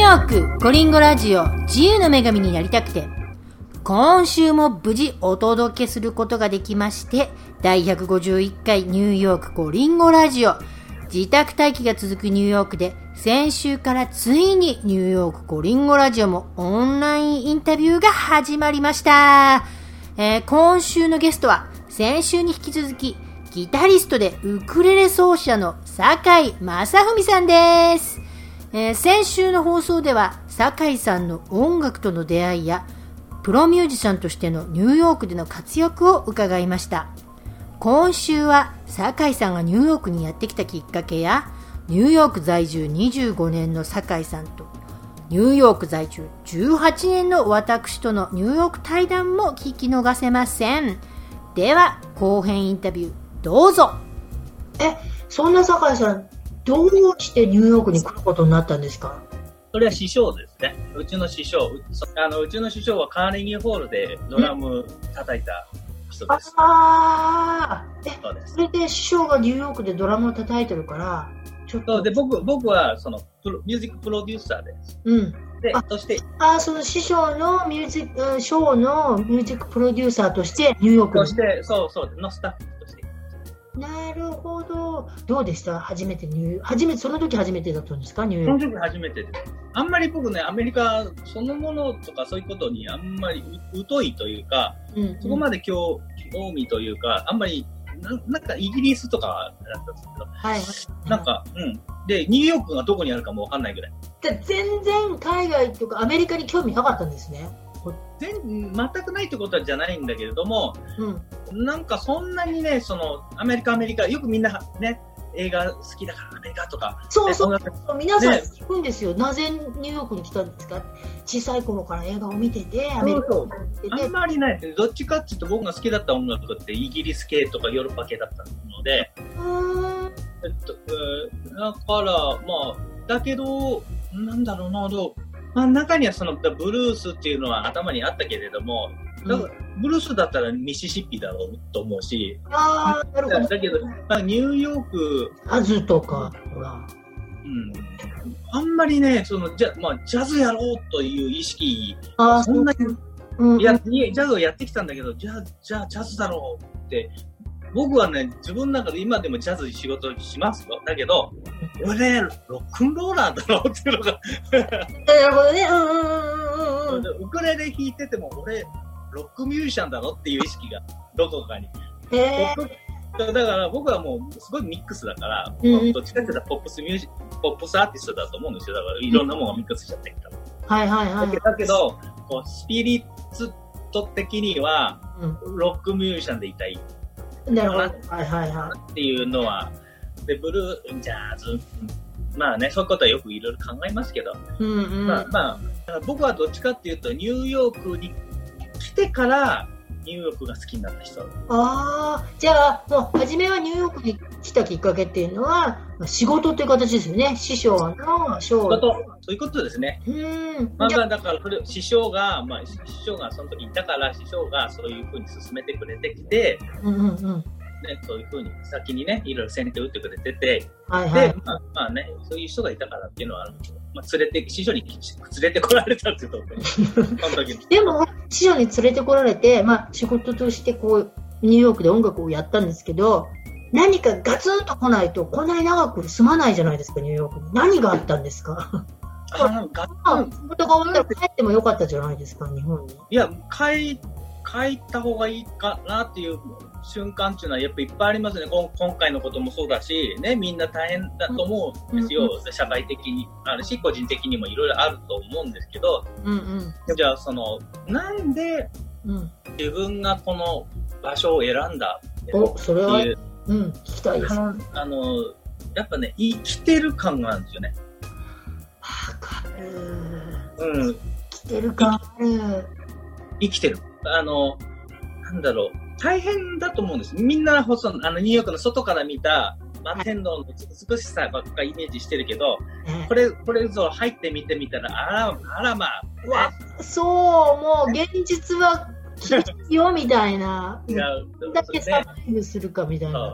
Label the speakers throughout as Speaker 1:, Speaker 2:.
Speaker 1: ヨークコリンゴラジオ自由の女神になりたくて、今週も無事お届けすることができまして、第151回ニューヨークコリンゴラジオ、自宅待機が続くニューヨークで、先週からついにニューヨークコリンゴラジオもオンラインインタビューが始まりました。今週のゲストは先週に引き続きギタリストでウクレレ奏者の酒井正文さんです。先週の放送では酒井さんの音楽との出会いやプロミュージシャンとしてのニューヨークでの活躍を伺いました。今週は酒井さんがニューヨークにやってきたきっかけや、ニューヨーク在住25年の酒井さんとニューヨーク在住18年の私とのニューヨーク対談も聞き逃せません。では後編インタビューどうぞ。
Speaker 2: そんな酒井さん、どうしてニューヨークに来ることになったんですか？
Speaker 3: それは師匠ですね。うちの師匠。うちの師匠はカーネギーホールでドラム叩いた人です。
Speaker 2: それで師匠がニューヨークでドラムを叩いてるから、ちょっと。
Speaker 3: そうで、僕はそのミュージックプロデューサーです。で、そして。
Speaker 2: その師匠のミュージック、ショーのミュージックプロデューサーとしてニューヨークに。
Speaker 3: そして、そう、のスタッフとして。
Speaker 2: なるほど。どうでした？その時初めてだったんですか？ニューヨーク。
Speaker 3: その時初めてです。あんまり僕ね、アメリカそのものとかそういうことにあんまり疎いというか、そこまで興味というか、あんまりなんかイギリスとかだったんですけど、なんか、で、ニューヨークがどこにあるかもわかんないぐらい。
Speaker 2: 全然海外とかアメリカに興味なかったんですね。
Speaker 3: 全くないってことじゃないんだけれども、なんかそんなにね、そのアメリカよくみんなね、映画好きだからアメリカとか、
Speaker 2: 皆さん聞くんですよ。なぜニューヨークに来たんですか？小さい頃から映画を見てて、アメリカに
Speaker 3: 行ってて、あんまりない。どっちかっていうと僕が好きだった音楽ってイギリス系とかヨーロッパ系だったので、だからだけどなんだろうな、中にはそのブルースっていうのは頭にあったけれども、ブルースだったらミシシッピだろうと思うし、
Speaker 2: なるほど。
Speaker 3: だけど、ニューヨーク、
Speaker 2: ジャズとか、
Speaker 3: あんまりね、ジャズやろうという意識、そんなに、ジャズをやってきたんだけど、じゃあジャズだろうって、僕はね、自分の中で今でもジャズ仕事しますよ。だけど、俺、ロックンローラーだろうっていうのが。
Speaker 2: なるほどね。
Speaker 3: ウクレレ弾いてても、俺、ロックミュージシャンだろっていう意識が、どこかに。だから僕はもう、すごいミックスだから、どっちかっていうとポップスアーティストだと思うんですよ。だから、いろんなものがミックスしちゃってきた。だけど、スピリッツト的には、ロックミュージシャンでいたい。
Speaker 2: なるほど。
Speaker 3: っていうのは、で、ブルー、ジャズ、そういうことはよくいろいろ考えますけど、僕はどっちかっていうと、ニューヨークに来てから、ニューヨークが好きになった人。
Speaker 2: じゃあ、もう、初めはニューヨークに来たきっかけっていうのは、仕事っていう形ですよね。師匠の
Speaker 3: そういうことですね。だから、師匠がその時いたから、師匠がそういうふうに進めてくれてきて、そういうふうに先にね、いろいろ先手を打ってくれてて、で、そういう人がいたからっていうのはあるんですけど、師匠に連れてこられたっていうと、その時に。
Speaker 2: でも、師匠に連れてこられて、仕事としてニューヨークで音楽をやったんですけど、何かガツンと来ないと、こんなに長く住まないじゃないですか、ニューヨークに。何があったんですか？仕事が終わったら帰ってもよかったじゃないですか、日本に。
Speaker 3: いや、帰った方がいいかなっていう瞬間っていうのはやっぱいっぱいありますね。今回のこともそうだし、ね、みんな大変だと思うんですよ。社会的にあるし、個人的にもいろいろあると思うんですけど、じゃあなんで自分がこの場所を選んだっていう、
Speaker 2: それは聞きたいです。
Speaker 3: やっぱね、生きてる感があるんですよね。
Speaker 2: わかる。生きてる感ある。
Speaker 3: 生きてる。なんだろう。大変だと思うんです。みんなニューヨークの外から見たマンハッタンの美しさばっかりイメージしてるけど、これぞ入ってみてみたら、あらまあ。
Speaker 2: もう現実は厳しいよみたいな。
Speaker 3: ど
Speaker 2: んだけサバイブするかみたいな。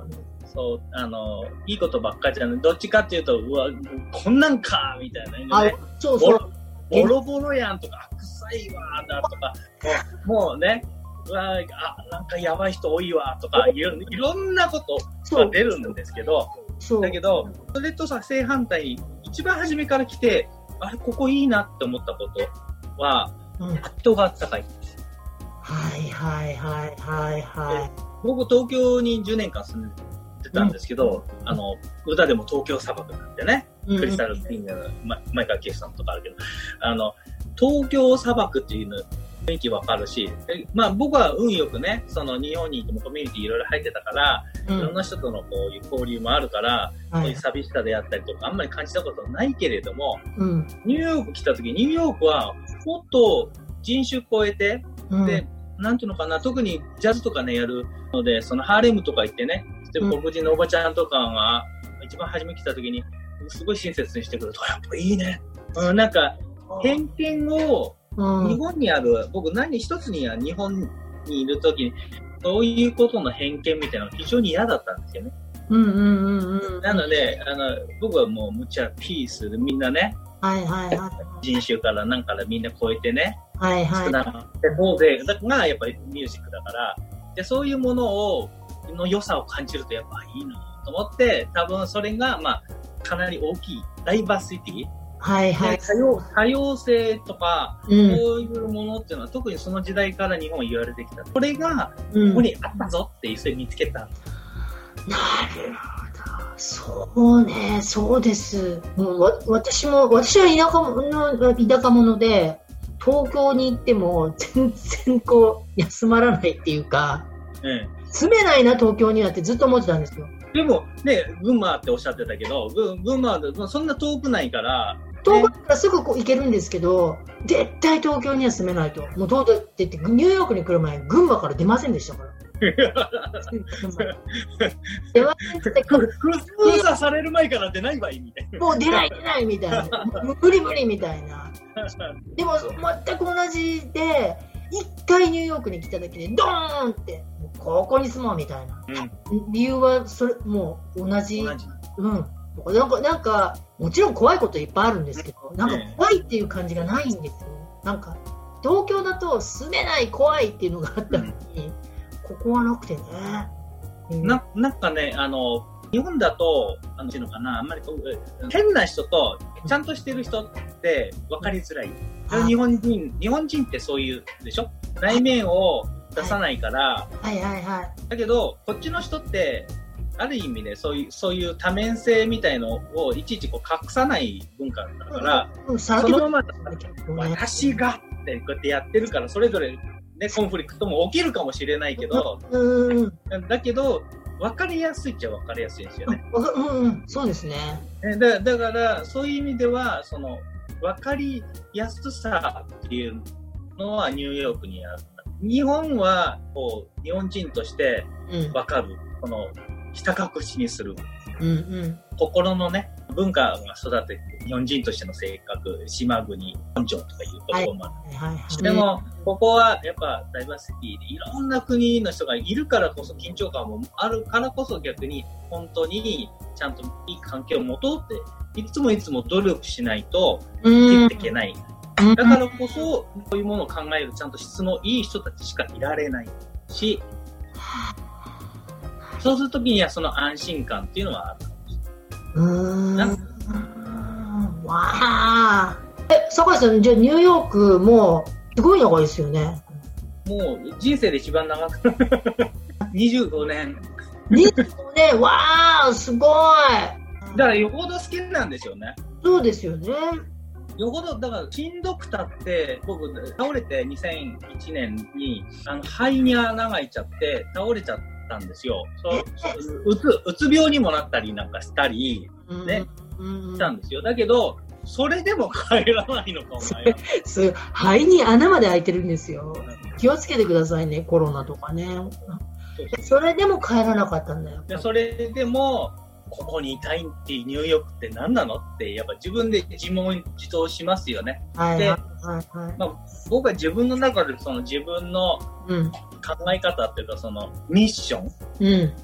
Speaker 3: いいことばっかりじゃない。どっちかっていうと、こんなんかみたいな、ね。 ボロボロやんとか、臭いわーだとか、もうね、なんかやばい人多いわとか、いろんなことが出るんですけど、だけど、それとさ、正反対に、一番初めから来て、あれ、ここいいなって思ったことは、人があったかい。
Speaker 2: はいはいはいはいはい。
Speaker 3: 僕、東京に10年間住んでたんですけど、歌でも東京砂漠なんてね、クリスタル・ピングの前川清さんとかあるけど、東京砂漠っていうの、雰囲気わかるし、まあ僕は運よくね、その日本にいてもコミュニティいろいろ入ってたから、いろんな人とのこういう交流もあるから、こういう寂しさであったりとか、あんまり感じたことないけれども、ニューヨーク来た時、ニューヨークはもっと人種超えて、で、なんていうのかな、特にジャズとかね、やるので、そのハーレムとか行ってね、黒人のおばちゃんとかが、一番初め来た時に、すごい親切にしてくると、やっぱいいね。なんか、偏見を、日本にある、僕一つには日本にいるときに、そういうことの偏見みたいなのが非常に嫌だったんですよね。なので、僕はもうむちゃピースでみんなね、人種からなんからみんな超えてね、少なくてもで、だからやっぱりミュージックだから、でそういうものの良さを感じるとやっぱいいなと思って、多分それがまあかなり大きいダイバーシティ。多様性とか、こういうものっていうのは特にその時代から日本は言われてきた。これがここにあったぞっていう人に見つけた。
Speaker 2: なるほど。そうね、そうです。もう私は田舎者で、東京に行っても全然こう休まらないっていうか、住めないな東京にはってずっと思ってたんですよ。
Speaker 3: でもね、群馬っておっしゃってたけど、群馬はそんな遠くないから、
Speaker 2: 東京からすぐこう行けるんですけど、絶対東京には住めないと。もうどうだって言って、ニューヨークに来る前、群馬から出ませんでしたから。出ませんって
Speaker 3: 封鎖される前から出ないわいみたいな。
Speaker 2: もう出ないみたいな。無理みたいな。でも全く同じで、一回ニューヨークに来ただけでドーンってここに住もうみたいな、理由はそれもう同じ。なんかもちろん怖いこといっぱいあるんですけど、なんか怖いっていう感じがないんですよ。なんか東京だと住めない怖いっていうのがあったのに、ここはなくてね。
Speaker 3: なんかね、日本だとなんていうのかな、あんまり変な人とちゃんとしてる人って分かりづらい。日本人ってそういうでしょ。内面を出さないから。だけどこっちの人ってある意味でそういう多面性みたいのをいちいちこう隠さない文化だから、そのまま私がってこうやってやってるから、それぞれねコンフリクトも起きるかもしれないけど、だけど分かりやすいっちゃ分かりやすいんですよね。
Speaker 2: そうですね。
Speaker 3: だからそういう意味ではその分かりやすさっていうのはニューヨークにあった。日本はこう日本人として分かる、このひた隠しにする、心のね文化が育てて日本人としての性格、島国根性とかいうところもある。でもここはやっぱダイバーシティでいろんな国の人がいるからこそ緊張感もあるからこそ、逆に本当にちゃんといい関係を持とうっていつも努力しないと生きていけない。だからこそこういうものを考えるちゃんと質のいい人たちしかいられないし、そうするときにはその安心感っていうのはある。
Speaker 2: 酒井さん、じゃあニューヨークもすごい長いですよね。
Speaker 3: もう人生で一番長く25年。
Speaker 2: 25年、わー、すごい。
Speaker 3: だからよほど好きなんですよね。
Speaker 2: そうですよね。
Speaker 3: よほど、だから、金ドクターって、僕、倒れて2001年に、肺に穴が開いちゃって、倒れちゃったんですよ。うつ病にもなったりなんかしたり、ね、したんですよ。だけど、それでも帰らないのか、お前は。
Speaker 2: 肺に穴まで開いてるんですよ。気をつけてくださいね、コロナとかね。それでも帰らなかったんだよ。
Speaker 3: それでも、ここにいたいっていうニューヨークって何なのってやっぱ自分で自問自答しますよね。で、僕は自分の中でその自分の考え方っていうかそのミッション、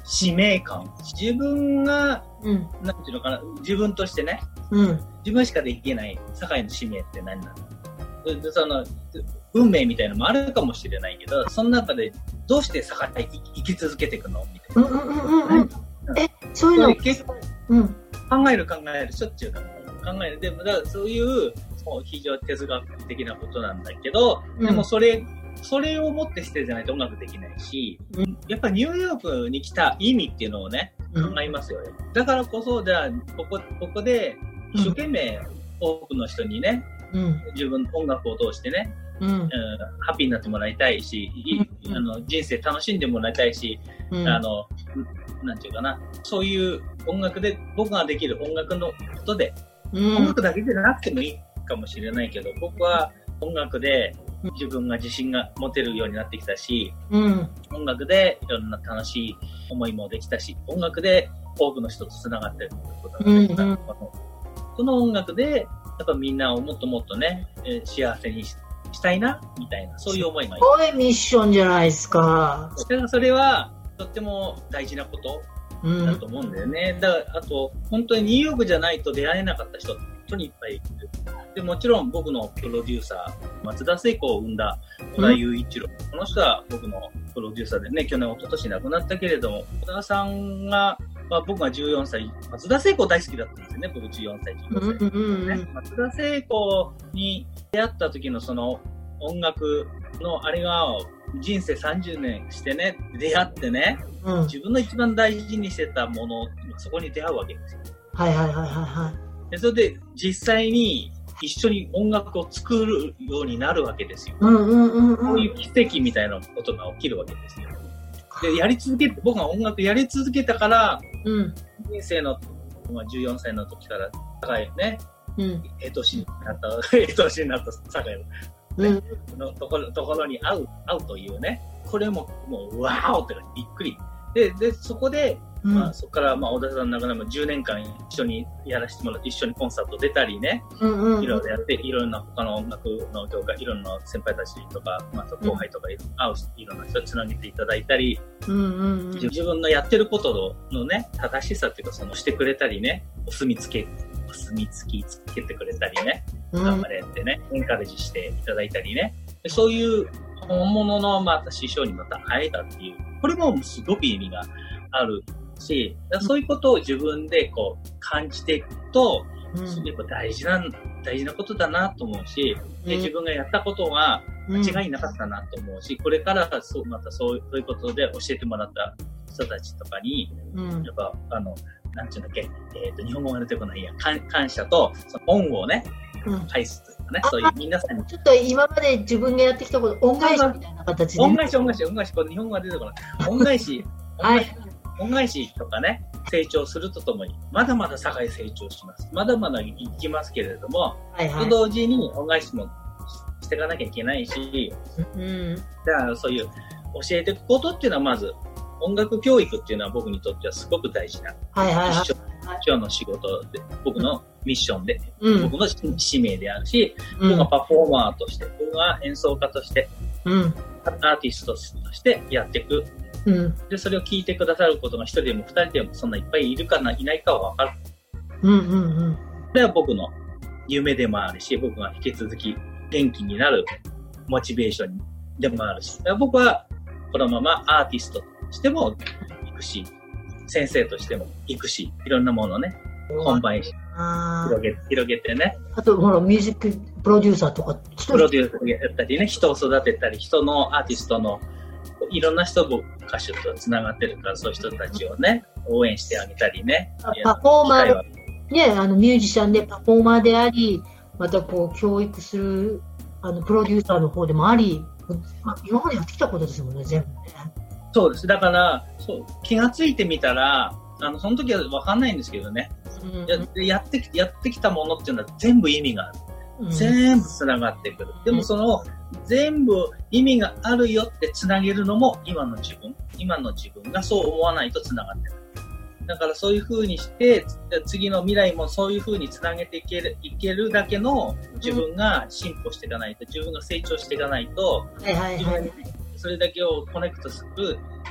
Speaker 3: 使命感。自分が、なんていうのかな、自分としてね、自分しかできない堺の使命って何なの？でその運命みたいなのもあるかもしれないけど、その中でどうして堺生き続けていくのみたいな。
Speaker 2: そういうの
Speaker 3: 結構、考えるしょっちゅう考える。でもだからそういう非常に哲学的なことなんだけど、でもそれをもってしてじゃないと音楽できないし、やっぱりニューヨークに来た意味っていうのをね、考えますよね。だからこそ、じゃあ、ここで一生懸命多くの人にね、自分の音楽を通してね、ハッピーになってもらいたいし、人生楽しんでもらいたいし、なんていうかな、そういう音楽で、僕ができる音楽のことで、音楽だけでなくてもいいかもしれないけど、僕は音楽で自分が自信が持てるようになってきたし、音楽でいろんな楽しい思いもできたし、音楽で多くの人と繋がってることができた。この音楽で、やっぱみんなをもっともっとね、幸せにしたいな、みたいな、そういう思いが
Speaker 2: すごいミッションじゃないですか。
Speaker 3: だからそれは、とっても大事なことだと思うんだよね。だから、あと、本当にニューヨークじゃないと出会えなかった人、本当にいっぱいいる。で、もちろん僕のプロデューサー、松田聖子を生んだ小田雄一郎。この人は僕のプロデューサーでね、去年、一昨年亡くなったけれども、小田さんが、僕が14歳、松田聖子大好きだったんですよね、僕14歳、15歳、松田聖子に出会った時のその音楽のあれが人生30年してね、出会ってね、自分の一番大事にしてたもの、そこに出会うわけですよ。でそれで実際に一緒に音楽を作るようになるわけですよ。そういう奇跡みたいなことが起きるわけですよ。で、僕が音楽やり続けたから、人生の、14歳の時から堺ね、年になった堺のところに会うというね、これもうわーおってびっくり。で、そこで、そこから、小田さんの中でも10年間一緒にやらせてもらって、一緒にコンサート出たりね、いろいろやって、いろんな他の音楽の業界、いろんな先輩たちとか、後輩とかいろんな人をつなげていただいたり、自分のやってることのね、正しさっていうか、してくれたりね、お墨付きつけてくれたりね、頑張れってね、エンカレッジしていただいたりね、そういう本物のまた師匠にまた会えたっていう、これもすごく意味があるし、そういうことを自分でこう感じていくと、やっぱ大事なことだなと思うし、自分がやったことが間違いなかったなと思うし、これからまたそういうことで教えてもらった人たちとかに、やっぱなんていうんだっけ、日本語が出てこないや、感謝とその恩をね、返すというかね、そういう皆さんに。
Speaker 2: ちょっと今まで自分がやってきたこと、恩返しみたいな形で。
Speaker 3: 恩返し、これ日本語が出てこない。恩返し。恩返しとかね、成長するとともに、まだまだ堺成長します。まだまだ行きますけれども、と同時に恩返しもしていかなきゃいけないし、だからそういう教えていくことっていうのはまず、音楽教育っていうのは僕にとってはすごく大事な、一生の仕事で、僕のミッションで、僕の使命であるし、僕がパフォーマーとして、僕が演奏家として、アーティストとしてやっていく。で、それを聞いてくださることが一人でも二人でもそんないっぱいいるかいないかは分かる。それは僕の夢でもあるし、僕が引き続き元気になるモチベーションでもあるし、僕はこのままアーティストとしても行くし、先生としても行くし、いろんなものをね、コンバインし、広げてね。
Speaker 2: あと、ミュージックプロデューサーとか、
Speaker 3: プロデューサーやったりね、人を育てたり、人のアーティストのいろんな人も歌手とつながってるから、そういう人たちをね、応援してあげたりね。
Speaker 2: パフォーマー、ね、ミュージシャンでパフォーマーであり、またこう、教育する、プロデューサーの方でもあり、今までやってきたことですもんね、全部ね。
Speaker 3: そうです。だから、気がついてみたら、その時は分かんないんですけどね。やってきたものっていうのは全部意味がある。全部繋がってくる。でも全部意味があるよって繋げるのも今の自分がそう思わないと繋がってくる。だからそういう風にして、次の未来もそういう風に繋げていけるだけの自分が進歩していかないと、自分が成長していかないと、それだけをコネクトする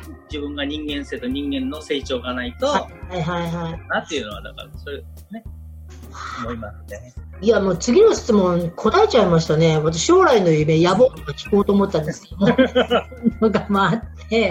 Speaker 3: 自分が人間性と人間の成長がないと、
Speaker 2: はいはいはい。
Speaker 3: なっていうのは、だから、それね、思いますね。
Speaker 2: いや、もう次の質問答えちゃいましたね。私、将来の夢、野望とか聞こうと思ったんですけど、のがあって、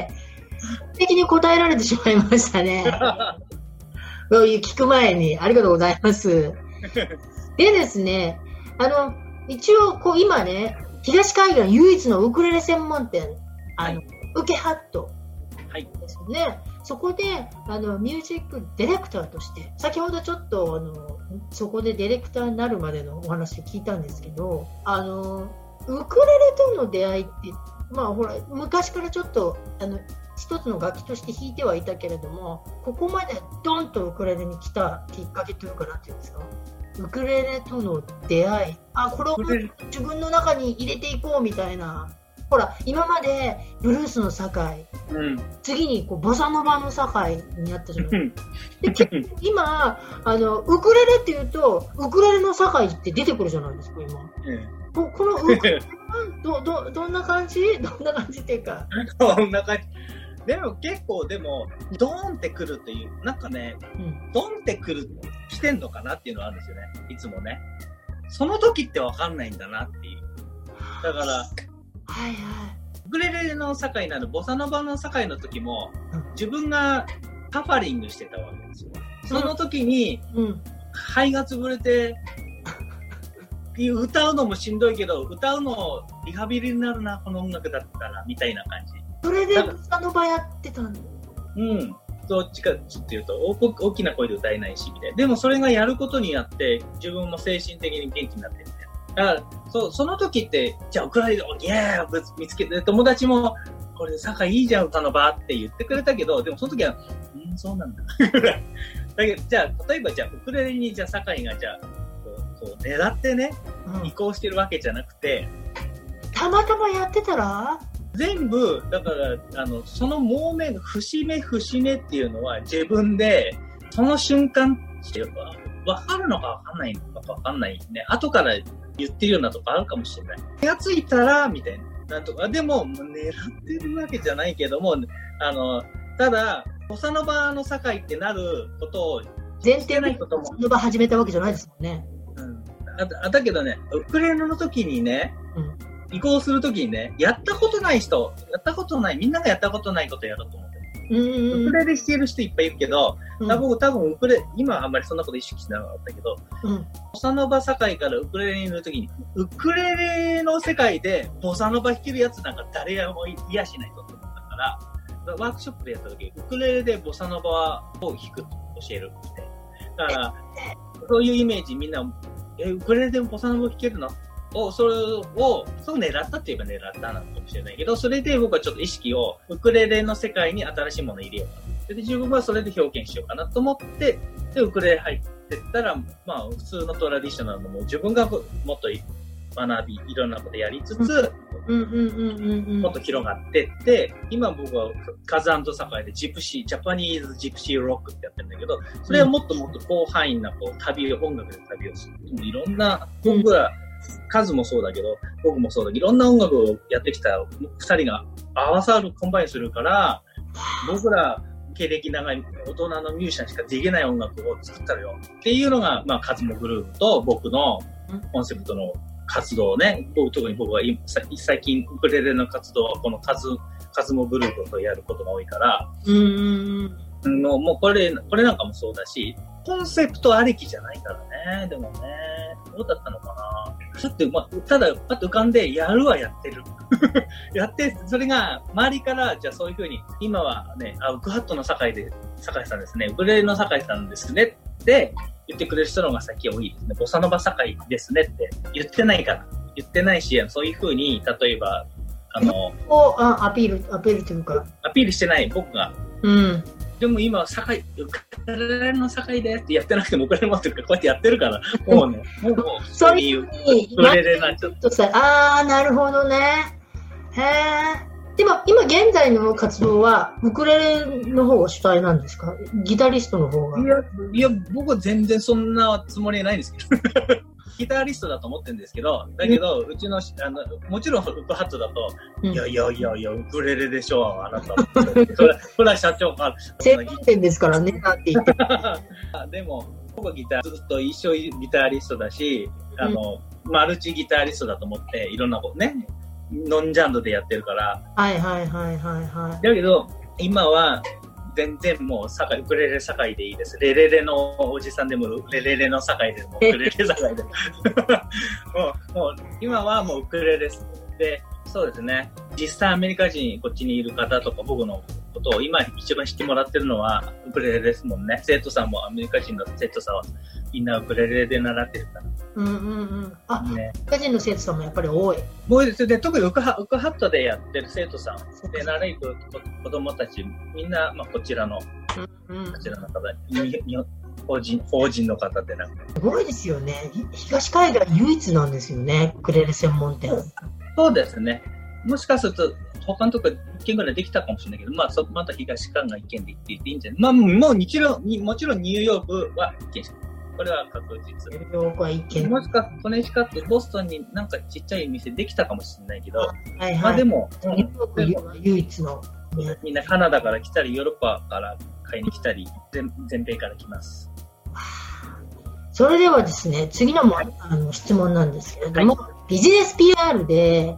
Speaker 2: 素敵に答えられてしまいましたね。聞く前に、ありがとうございます。でですね、一応、今ね、東海岸唯一のウクレレ専門店、ウケハットですね。はい、そこでミュージックディレクターとして、先ほどちょっとそこでディレクターになるまでのお話を聞いたんですけど、ウクレレとの出会いって、まあほら昔からちょっと一つの楽器として弾いてはいたけれども、ここまでドンとウクレレに来たきっかけというか、なんていうんですか、ウクレレとの出会い、これを自分の中に入れていこうみたいな。ほら今までブルースの世界、次にボサノバの世界になったじゃないですか。で今ウクレレっていうとウクレレの世界って出てくるじゃないですか今。このウクレレはどんな感じ？どんな感じっていうか。
Speaker 3: こんな感じ。でも結構ドーンってくるっていう、なんかね、ドーンって来てんのかなっていうのはあるんですよね。いつもね。その時って分かんないんだなっていう。だから。はいはい、ウクレレの境になるボサノバの境の時も、自分がカファリングしてたわけですよ。その時に、肺が潰れて歌うのもしんどいけど、歌うのリハビリになるなこの音楽だったらみたいな感じ。
Speaker 2: それでボサノバやってたんだ。
Speaker 3: どっちかっていうと大きな声で歌えないしみたいな。でもそれがやることによって自分も精神的に元気になってみたいな。だからその時って、じゃあウクレレでイエーイ見つけて、友達もこれ坂いいじゃん歌の場って言ってくれたけど、でもその時はそうなんだだけど、じゃあ例えばじゃあウクレレにじゃあ坂井がじゃあこう狙ってね、移行してるわけじゃなくて、
Speaker 2: たまたまやってたら
Speaker 3: 全部だからそのモーメント節目節目っていうのは自分でその瞬間っていうか分かるのか分かんないのか分かんないね。後から言ってるようなとこあるかもしれない。気がついたらみたいな、なんとかでも狙ってるわけじゃないけども、ただボサノバの境ってなることを
Speaker 2: 前提ないこともボサノバ始めたわけじゃないですもんね。
Speaker 3: だけどね、ウクレレの時にね、移行する時にね、やったことないみんながやったことないことやろうと思って。ウクレレしてる人いっぱいいるけど、僕多分今はあんまりそんなこと意識しなかったけど、ボサノバ境からウクレレに乗るときに、ウクレレの世界でボサノバ弾けるやつなんか誰も嫌しないと思ったから、ワークショップでやったとき、ウクレレでボサノバを弾くと教えるみたいな。だから、そういうイメージみんな、ウクレレでボサノバ弾けるの？それを狙ったって言えば狙ったなのかもしれないけど、それで僕はちょっと意識をウクレレの世界に新しいものを入れようかな。で自分はそれで表現しようかなと思って、でウクレレ入ってったら、まあ普通のトラディショナルのも自分がもっと学び、いろんなことやりつつ、もっと広がってって、今僕はカズ&サカイでジャパニーズジプシーロックってやってるんだけど、それはもっともっと広範囲な音楽で旅をする。いろんな、僕は、カズもそうだけど、僕もそうだけど、いろんな音楽をやってきた二人が合わさる、コンバインするから、僕ら経歴長い大人のミュージシャンしかできない音楽を作ったらよっていうのが、まあカズモグループと僕のコンセプトの活動ね。特に僕は最近ウクレレの活動はこのカズモグループとやることが多いから、もうこれなんかもそうだし、コンセプトありきじゃないからね。でもね、どうだったのかな。だって、ただ、パッと浮かんで、やるはやってる。やって、それが、周りから、じゃあそういうふうに、今はね、ウクハットの酒井さんですね、ウクレレの酒井さんですねって言ってくれる人の方が先多いですね。ボサノバ酒井ですねって言ってないから。言ってないし、そういうふうに、例えば、
Speaker 2: アピールというか。
Speaker 3: アピールしてない、僕が。でも今、ウクレレの境でってやってなくても、ウクレレ持ってるからこうやってやってるから、もうね、
Speaker 2: そういうふうに、ウクレレなちょっとさ、なるほどね。へー。でも、今現在の活動は、ウクレレの方が主体なんですか？ギタリストの方が。
Speaker 3: いや、僕は全然そんなつもりはないんですけど。 ギタリストだと思ってるんですけど、だけど、うちの、もちろん、ウッドハットだと、いや、ウクレレでしょ、あなた。それは社長から。
Speaker 2: 専門店ですからね、なんて言って。
Speaker 3: でも、僕はギターずっと一生ギタリストだし、マルチギタリストだと思って、いろんなことね、ノンジャンルでやってるから。
Speaker 2: はいはいはいはいはい。
Speaker 3: だけど、今は、全然もうウクレレ社会でいいです。レレレのおじさんでも、レレレの社会でも、ウクレレ社会でも。もう、今はもうウクレレです。で、そうですね。実際アメリカ人、こっちにいる方とか、僕のことを今一番知ってもらってるのは、ウクレレですもんね。生徒さんも、アメリカ人の生徒さんは、みんなウクレレで習ってるから。
Speaker 2: あ、ね、アメリカ人の生徒さんもやっぱり多い。
Speaker 3: 多いです。で、特にウクハットでやってる生徒さんで習い子供たち、みんな、こちらの、こちらの方、法人の方でなくて。
Speaker 2: すごいですよね。東海岸唯一なんですよね、ウクレレ専門店。
Speaker 3: そうですね。もしかすると、他のとこ1軒ぐらいできたかもしれないけど、また東海岸1軒で行っていいんじゃない。もちろんニューヨークは1軒しか。これは確実。
Speaker 2: ニューヨークは1軒。
Speaker 3: もしかコネチカット、ボストンになんかちっちゃい店できたかもしれないけど、
Speaker 2: はいはい、
Speaker 3: でも、
Speaker 2: ニューヨークは唯一の。
Speaker 3: みんなカナダから来たり、ヨーロッパから買いに来たり、全米から来ます。
Speaker 2: それではですね、次の質問なんですけれども、はい、ビジネス PR で、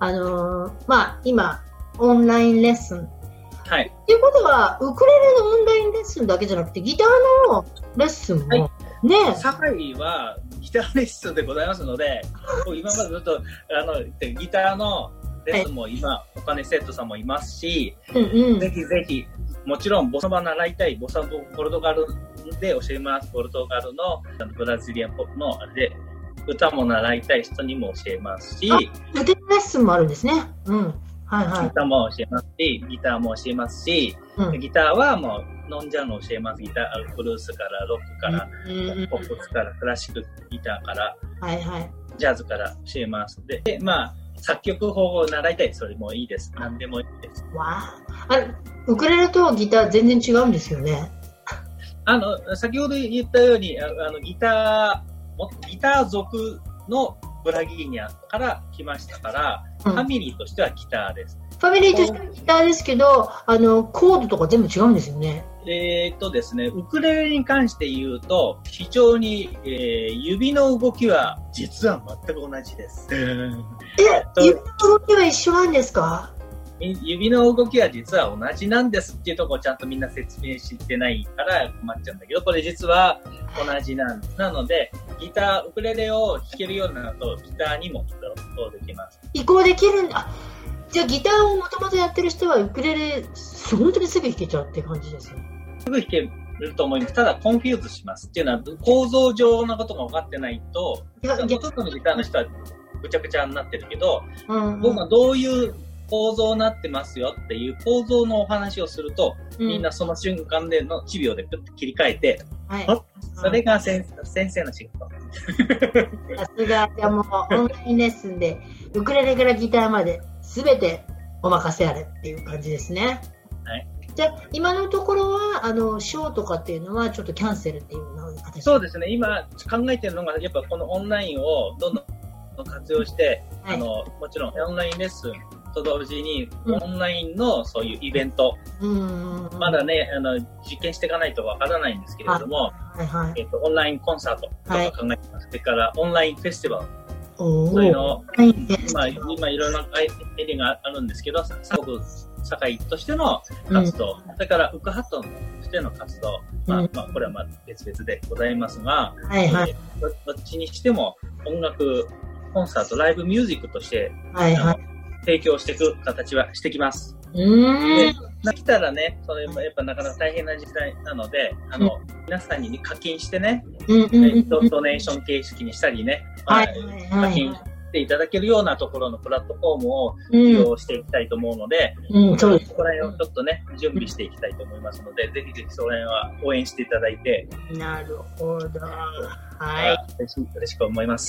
Speaker 2: 今、オンラインレッスン。
Speaker 3: はい。
Speaker 2: っていうことは、ウクレレのオンラインレッスンだけじゃなくて、ギターのレッスンも、はい、ね。
Speaker 3: 堺はギターレッスンでございますので、今までずっと、ギターのレッスンも今、他の生徒さんもいますし、ぜひぜひ、もちろん、ボサバ習いたい、ポルトガルで教えます。ポルトガルのブラジリアンポップのあれで、歌も習いたい人にも教えますし、
Speaker 2: 歌レッスンもあるんですね。はいはい。
Speaker 3: 歌も教えますし、ギターも教えますし、ギターはもうノンジャンル教えます。ギター、ブルースからロックから、ポップスからクラシックギターから、
Speaker 2: はいはい、
Speaker 3: ジャズから教えます。で、作曲法を習いたい。それもいいです。何でもいいです。
Speaker 2: ウクレレとギター全然違うんですよね。
Speaker 3: 先ほど言ったように、ギター族のブラギーニャから来ましたから、ファミリーとしてはギターです。
Speaker 2: ファミリーとしてはギターですけど、コードとか全部違うんですよね。
Speaker 3: ですね、ウクレレに関して言うと、非常に、指の動きは実は全く同じです。
Speaker 2: 指の動きは一緒なんですか？
Speaker 3: 指の動きは実は同じなんですっていうところをちゃんとみんな説明してないから困っちゃうんだけど、これ実は同じなんです。なので、ウクレレを弾けるようになると、ギターにも移行できます。
Speaker 2: 移行できるんだ。じゃあギターをもともとやってる人はウクレレ、本当にすぐ弾けちゃうって感じですね。
Speaker 3: すぐ弾けると思います。ただコンフューズします。っていうのは、構造上のことが分かってないと、ほとんどのギターの人はぐちゃぐちゃになってるけど、僕はどういう構造になってますよっていう構造のお話をすると、みんなその瞬間での1秒でプッと切り替えて、それが先生の仕事。
Speaker 2: さすが、じゃあもうオンラインレッスンでウクレレからギターまで全てお任せあれっていう感じですね。
Speaker 3: はい。
Speaker 2: じゃあ今のところはショーとかっていうのはちょっとキャンセルっていうような形。
Speaker 3: そうですね。今考えてるのがやっぱこのオンラインをどんどん活用して、もちろんオンラインレッスンと同時に、オンラインのそういうイベント、まだね、実験していかないとわからないんですけれども、オンラインコンサートとか考えてます。それからオンラインフェスティバル。そういうのを、今いろんなアイデアがあるんですけど、堺としての活動、それからウクハットとしての活動、これは別々でございますが、どっちにしても音楽、コンサート、ライブミュージックとして、提供していく形はしてきます。で、来たらね、それもやっぱなかなか大変な時代なので、皆さんに課金してね、ドネーション形式にしたりね、課金していただけるようなところのプラットフォームを利用していきたいと思うので、そこら辺をちょっとね、準備していきたいと思いますので、ぜひぜひその辺は応援していただいて。
Speaker 2: なるほど。
Speaker 3: 嬉しく思います。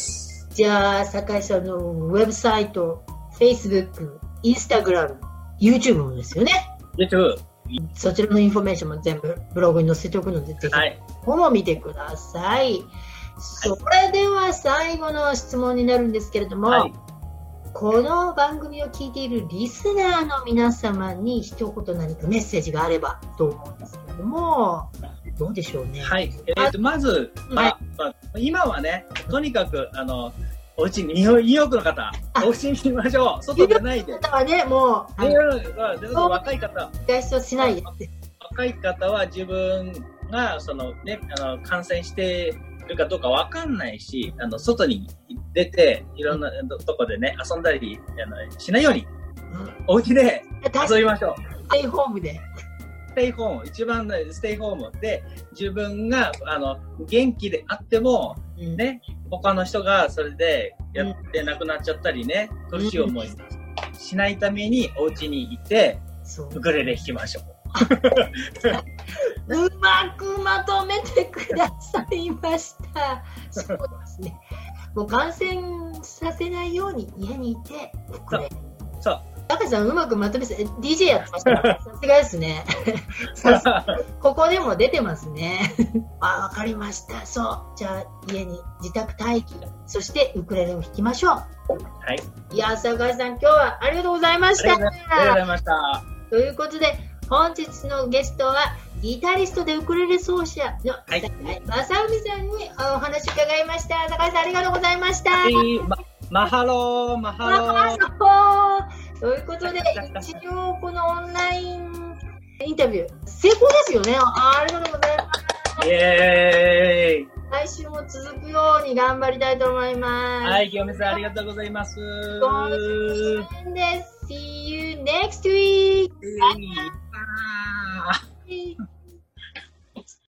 Speaker 2: じゃあ、酒井さんのウェブサイト、Facebook、Instagram、YouTube もですよね。
Speaker 3: YouTube。
Speaker 2: そちらのインフォメーションも全部ブログに載せておくので、ぜひ、ここも見てください。それではは最後の質問になるんですけれども、はい、この番組を聞いているリスナーの皆様に一言何かメッセージがあればと思うんですけれども、どうでしょうね。
Speaker 3: はい。まず、今はね、とにかく、お家に、ニューヨークの方、お家にいましょう。外出ないで。
Speaker 2: はね、も
Speaker 3: う、若い方。
Speaker 2: 外出しないで。
Speaker 3: 若い方は自分が、感染しているかどうかわかんないし、外に出て、いろんなとこでね、遊んだり、しないように、お家で遊びましょう。
Speaker 2: ステイホームで。
Speaker 3: ステイホーム、一番ステイホームで、自分が、元気であっても、ね、他の人がそれでやって亡くなっちゃったりね、苦しい思いしないためにお家にいて、ウクレレ弾きましょ
Speaker 2: う。うまくまとめてくださいました。そうですね。もう感染させないように家にいて、ウクレレ。
Speaker 3: そう。
Speaker 2: 赤さんうまくまとめて、DJ やってました。さすがですね。ここでも出てますね。わかりました。そう。じゃあ家に自宅待機、そしてウクレレを弾きましょう。はい。いや、坂井さん今日はありがとうございました。
Speaker 3: ありがとうございました。
Speaker 2: ということで、本日のゲストはギタリストでウクレレ奏者の坂井正文さんにお話伺いました。坂井さんありがとうございました。
Speaker 3: マハロー、マハロー。
Speaker 2: ということで、一応このオンラインインタビュー、成功ですよね。ありがとうございます。
Speaker 3: イエーイ。
Speaker 2: 来週も続くように頑張りたいと思います。
Speaker 3: はい、清美さんありがとうございます。
Speaker 2: 今週です。See you next week.